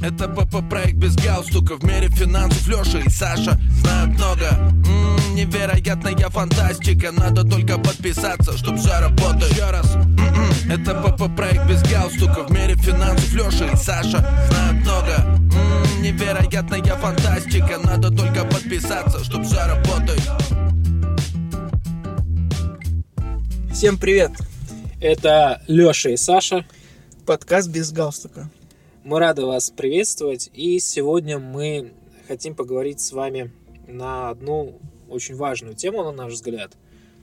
Это ПП-проект без галстука. В мире финансов Леша и Саша знают много. Невероятная фантастика. Надо только подписаться, чтоб все работает. Еще раз. Это ПП-проект без галстука. В мире финансов Леша и Саша знают много. Невероятная фантастика. Надо только подписаться, чтоб все работает. Всем привет! Это Леша и Саша. Подкаст без галстука. Мы рады вас приветствовать, и сегодня мы хотим поговорить с вами на одну очень важную тему, на наш взгляд.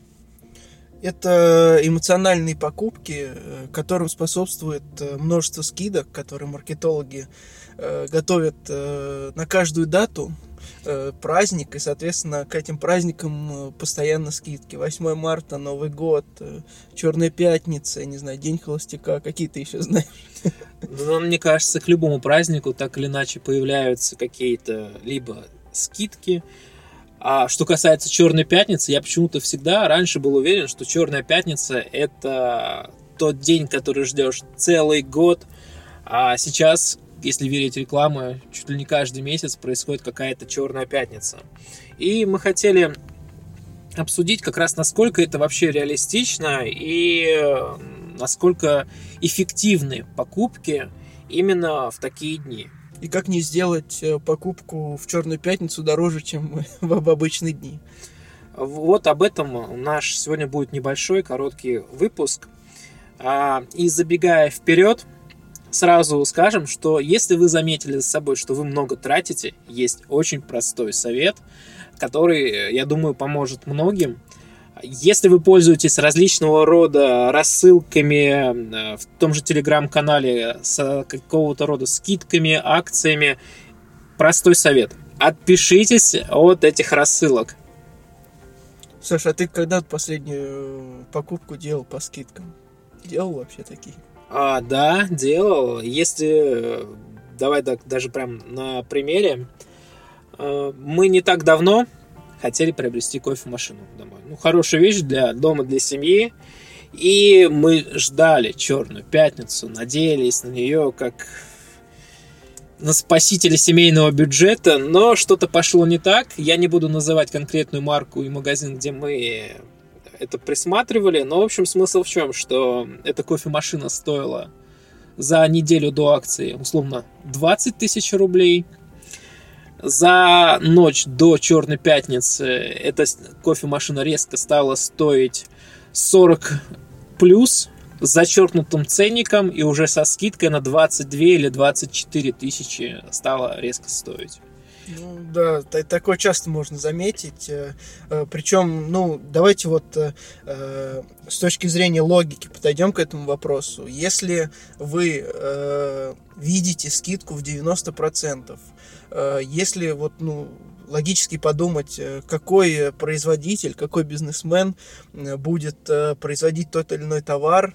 Это эмоциональные покупки, которым способствует множество скидок, которые маркетологи готовят на каждую дату, праздник, и, соответственно, к этим праздникам постоянно скидки. 8 марта, Новый год, Черная пятница, не знаю, День холостяка, какие ты еще знаешь? Но мне кажется, к любому празднику так или иначе появляются какие-то либо скидки. А что касается Черной пятницы, я почему-то всегда раньше был уверен, что Черная пятница — это тот день, который ждешь целый год. А сейчас, если верить рекламе, чуть ли не каждый месяц происходит какая-то Черная пятница. И мы хотели обсудить как раз, насколько это вообще реалистично и насколько эффективны покупки именно в такие дни. И как не сделать покупку в Черную пятницу дороже, чем в обычные дни. Вот об этом наш сегодня будет небольшой, короткий выпуск. И забегая вперед, сразу скажем, что если вы заметили за собой, что вы много тратите, есть очень простой совет, который, я думаю, поможет многим. Если вы пользуетесь различного рода рассылками в том же телеграм-канале с какого-то рода скидками, акциями, простой совет: отпишитесь от этих рассылок. Саша, а ты когда последнюю покупку делал по скидкам? Делал вообще такие? Да, делал. Если, давай даже прям на примере, мы не так давно хотели приобрести кофемашину домой. Хорошая вещь для дома, для семьи. И мы ждали Черную пятницу, надеялись на нее как на спасителя семейного бюджета, но что-то пошло не так. Я не буду называть конкретную марку и магазин, где мы это присматривали, но в общем смысл в чем, что эта кофемашина стоила за неделю до акции условно 20 тысяч рублей. За ночь до Черной пятницы эта кофемашина резко стала стоить 40 плюс с зачеркнутым ценником, и уже со скидкой на 22 или 24 тысячи стала резко стоить. Да, такое часто можно заметить. Причем, давайте с точки зрения логики подойдем к этому вопросу. Если вы видите скидку в 90%, если логически подумать, какой производитель, какой бизнесмен будет производить тот или иной товар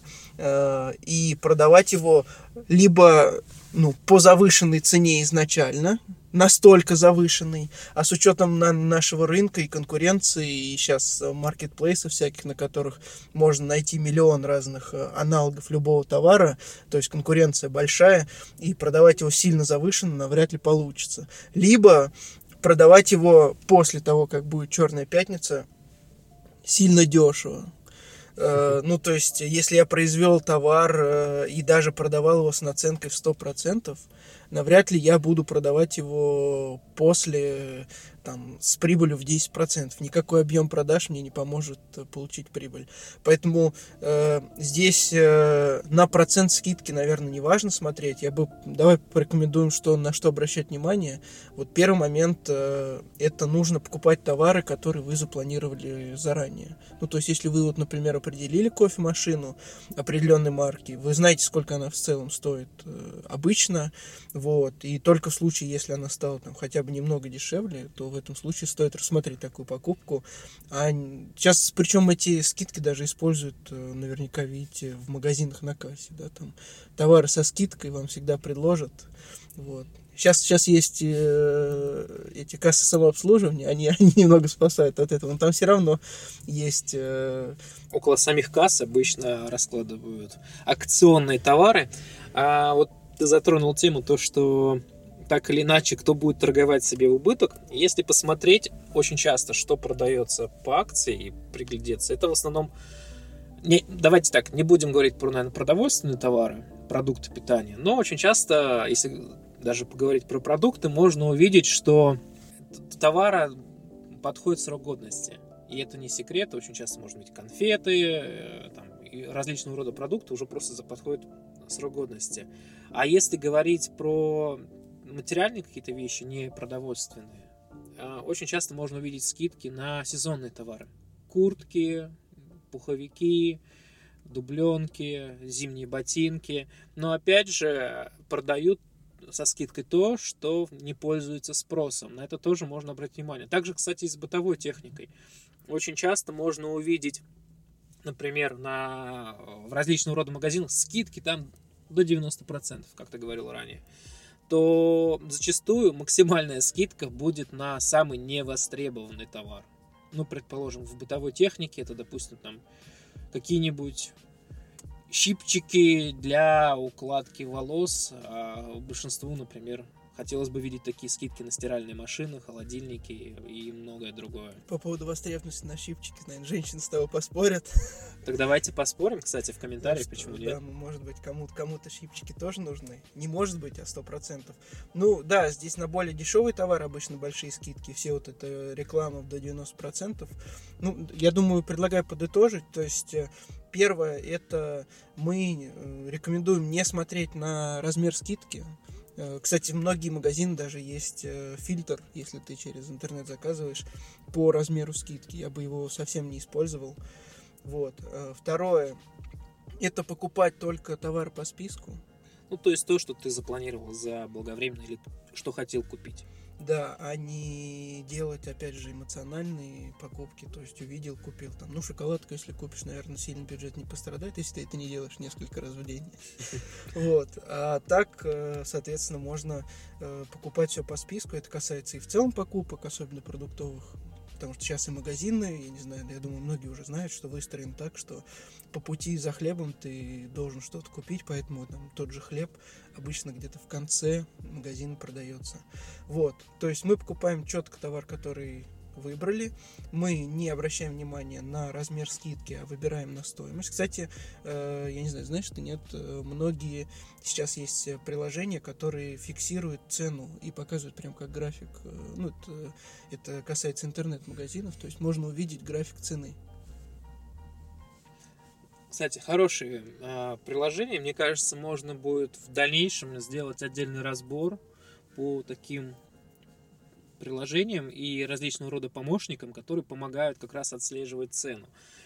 и продавать его либо по завышенной цене изначально, настолько завышенный, а с учетом нашего рынка и конкуренции, и сейчас маркетплейсов всяких, на которых можно найти миллион разных аналогов любого товара, то есть конкуренция большая, и продавать его сильно завышенно навряд ли получится. Либо продавать его после того, как будет Черная пятница, сильно дешево. То есть, если я произвел товар и даже продавал его с наценкой в 100%, навряд ли я буду продавать его после, с прибылью в 10%. Никакой объем продаж мне не поможет получить прибыль. Поэтому здесь на процент скидки, наверное, не важно смотреть. Давай порекомендуем, на что обращать внимание. Первый момент, это нужно покупать товары, которые вы запланировали заранее. То есть, если вы, например, определили кофемашину определенной марки, вы знаете, сколько она в целом стоит обычно, и только в случае, если она стала хотя бы немного дешевле, то в этом случае стоит рассмотреть такую покупку. А сейчас, причем эти скидки даже используют, наверняка видите, в магазинах на кассе, товары со скидкой вам всегда предложат, Сейчас есть эти кассы самообслуживания, они немного спасают от этого, но там все равно есть... Около самих касс обычно раскладывают акционные товары. ты затронул тему, то, что так или иначе, кто будет торговать себе в убыток. Если посмотреть очень часто, что продается по акции и приглядеться, это в основном... давайте так, не будем говорить про, наверное, продовольственные товары, продукты питания, но очень часто, если даже поговорить про продукты, можно увидеть, что товара подходит срок годности. И это не секрет, очень часто может быть конфеты, там, и различного рода продукты уже просто подходят срок годности. А если говорить про материальные какие-то вещи, не продовольственные, очень часто можно увидеть скидки на сезонные товары. Куртки, пуховики, дубленки, зимние ботинки. Но опять же продают со скидкой то, что не пользуется спросом. На это тоже можно обратить внимание. Также, кстати, и с бытовой техникой. Очень часто можно увидеть, например, в различного рода магазинах скидки там до 90%, как ты говорил ранее. То зачастую максимальная скидка будет на самый невостребованный товар. Ну, предположим, в бытовой технике это, допустим, там какие-нибудь щипчики для укладки волос, а большинству, например, хотелось бы видеть такие скидки на стиральные машины, холодильники и многое другое. По поводу востребованности на щипчики, наверное, женщины с тобой поспорят. Так давайте поспорим, кстати, в комментариях, почему да, нет. Может быть, кому-то щипчики тоже нужны. Не может быть, а 100%. Ну, да, здесь на более дешевый товар обычно большие скидки. Все вот это реклама до 90%. Ну, я думаю, предлагаю подытожить. То есть, первое, это мы рекомендуем не смотреть на размер скидки. Кстати, многие магазины даже есть фильтр, если ты через интернет заказываешь, по размеру скидки. Я бы его совсем не использовал. Вот. Второе, это покупать только товар по списку. Ну, то есть то, что ты запланировал заблаговременно или что хотел купить. Да, а не делать, опять же, эмоциональные покупки. То есть увидел, купил там. Ну, шоколадку, если купишь, наверное, сильно бюджет не пострадает, если ты это не делаешь несколько раз в день. Вот. А так, соответственно, можно покупать все по списку. Это касается и в целом покупок, особенно продуктовых. Потому что сейчас и магазины, я не знаю, я думаю, многие уже знают, что выстроен так, что по пути за хлебом ты должен что-то купить, поэтому там тот же хлеб обычно где-то в конце магазина продается. Вот, то есть мы покупаем четко товар, который выбрали, мы не обращаем внимания на размер скидки, а выбираем на стоимость. Кстати, я не знаю, знаешь ты, нет, многие сейчас есть приложения, которые фиксируют цену и показывают прям как график. Ну, это касается интернет-магазинов, то есть можно увидеть график цены. Кстати, хорошее приложение. Мне кажется, можно будет в дальнейшем сделать отдельный разбор по таким приложениям и различного рода помощникам, которые помогают как раз отслеживать цену.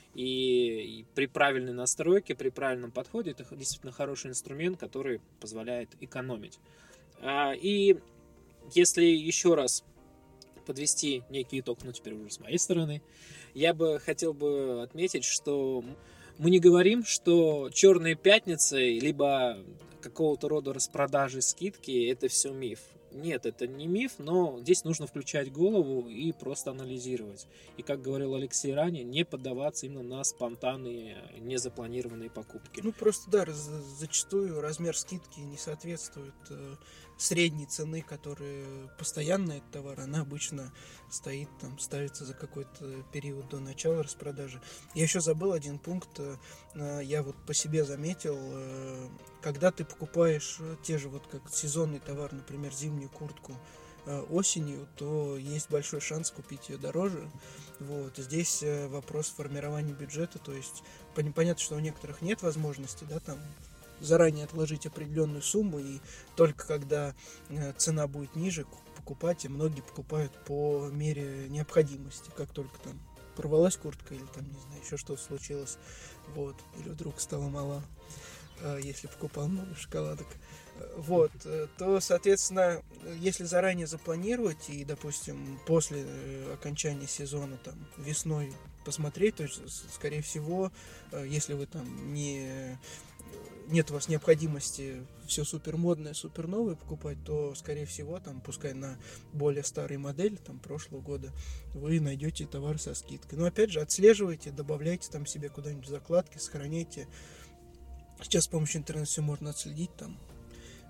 И при правильной настройке, при правильном подходе это действительно хороший инструмент, который позволяет экономить. И если еще раз подвести некий итог, ну теперь уже с моей стороны, я бы хотел бы отметить, что мы не говорим, что черные пятницы, либо какого-то рода распродажи, скидки, это все миф. Нет, это не миф, но здесь нужно включать голову и просто анализировать. И, как говорил Алексей ранее, не поддаваться именно на спонтанные, незапланированные покупки. Ну, просто, да, зачастую размер скидки не соответствует средней цены, которая постоянно этот товар, она обычно стоит, там, ставится за какой-то период до начала распродажи. Я еще забыл один пункт, я вот по себе заметил, когда ты покупаешь те же вот как сезонный товар, например, зимнюю куртку осенью, то есть большой шанс купить ее дороже. Вот. Здесь вопрос формирования бюджета, то есть понятно, что у некоторых нет возможности, да, там заранее отложить определенную сумму, и только когда цена будет ниже, покупать, и многие покупают по мере необходимости, как только там порвалась куртка или там, не знаю, еще что-то случилось, вот, или вдруг стало мало, если покупал много шоколадок, вот, то, соответственно, если заранее запланировать и, допустим, после окончания сезона, там, весной посмотреть, то есть, скорее всего, если вы там нет у вас необходимости все супер модное, супер новое покупать, то, скорее всего, там, пускай на более старые модели, там, прошлого года, вы найдете товар со скидкой. Но, опять же, отслеживайте, добавляйте там себе куда-нибудь в закладки, сохраняйте. Сейчас с помощью интернета все можно отследить, там,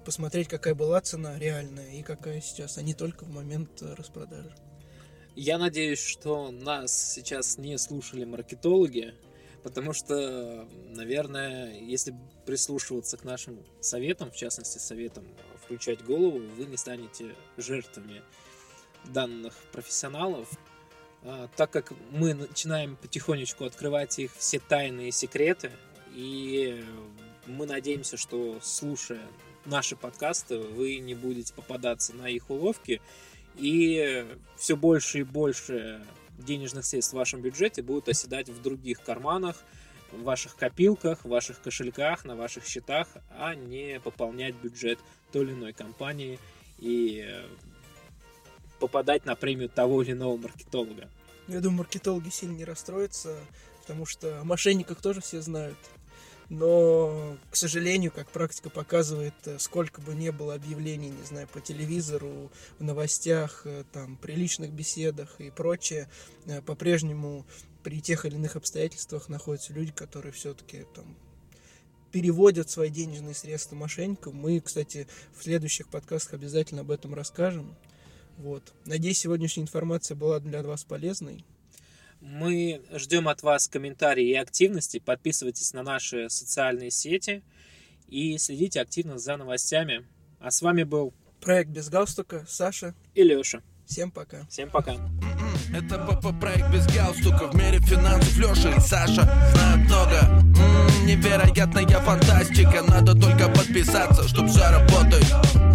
посмотреть, какая была цена реальная и какая сейчас, а не только в момент распродажи. Я надеюсь, что нас сейчас не слушали маркетологи, потому что, наверное, если прислушиваться к нашим советам, в частности, советам включать голову, вы не станете жертвами данных профессионалов, так как мы начинаем потихонечку открывать их все тайные секреты, и мы надеемся, что, слушая наши подкасты, вы не будете попадаться на их уловки, и все больше и больше денежных средств в вашем бюджете будут оседать в других карманах, в ваших копилках, в ваших кошельках, на ваших счетах, а не пополнять бюджет той или иной компании и попадать на премию того или иного маркетолога. Я думаю, маркетологи сильно не расстроятся, потому что о мошенниках тоже все знают. Но, к сожалению, как практика показывает, сколько бы ни было объявлений, не знаю, по телевизору, в новостях, там, при личных беседах и прочее, по-прежнему при тех или иных обстоятельствах находятся люди, которые все-таки там переводят свои денежные средства мошенникам. Мы, кстати, в следующих подкастах обязательно об этом расскажем. Вот. Надеюсь, сегодняшняя информация была для вас полезной. Мы ждем от вас комментарии и активности. Подписывайтесь на наши социальные сети и следите активно за новостями. А с вами был проект без галстука, Саша и Леша. Всем пока. Всем пока. Это проект без галстука. В мире финансов Леша и Саша знают много. Невероятная фантастика. Надо только подписаться, чтоб заработать.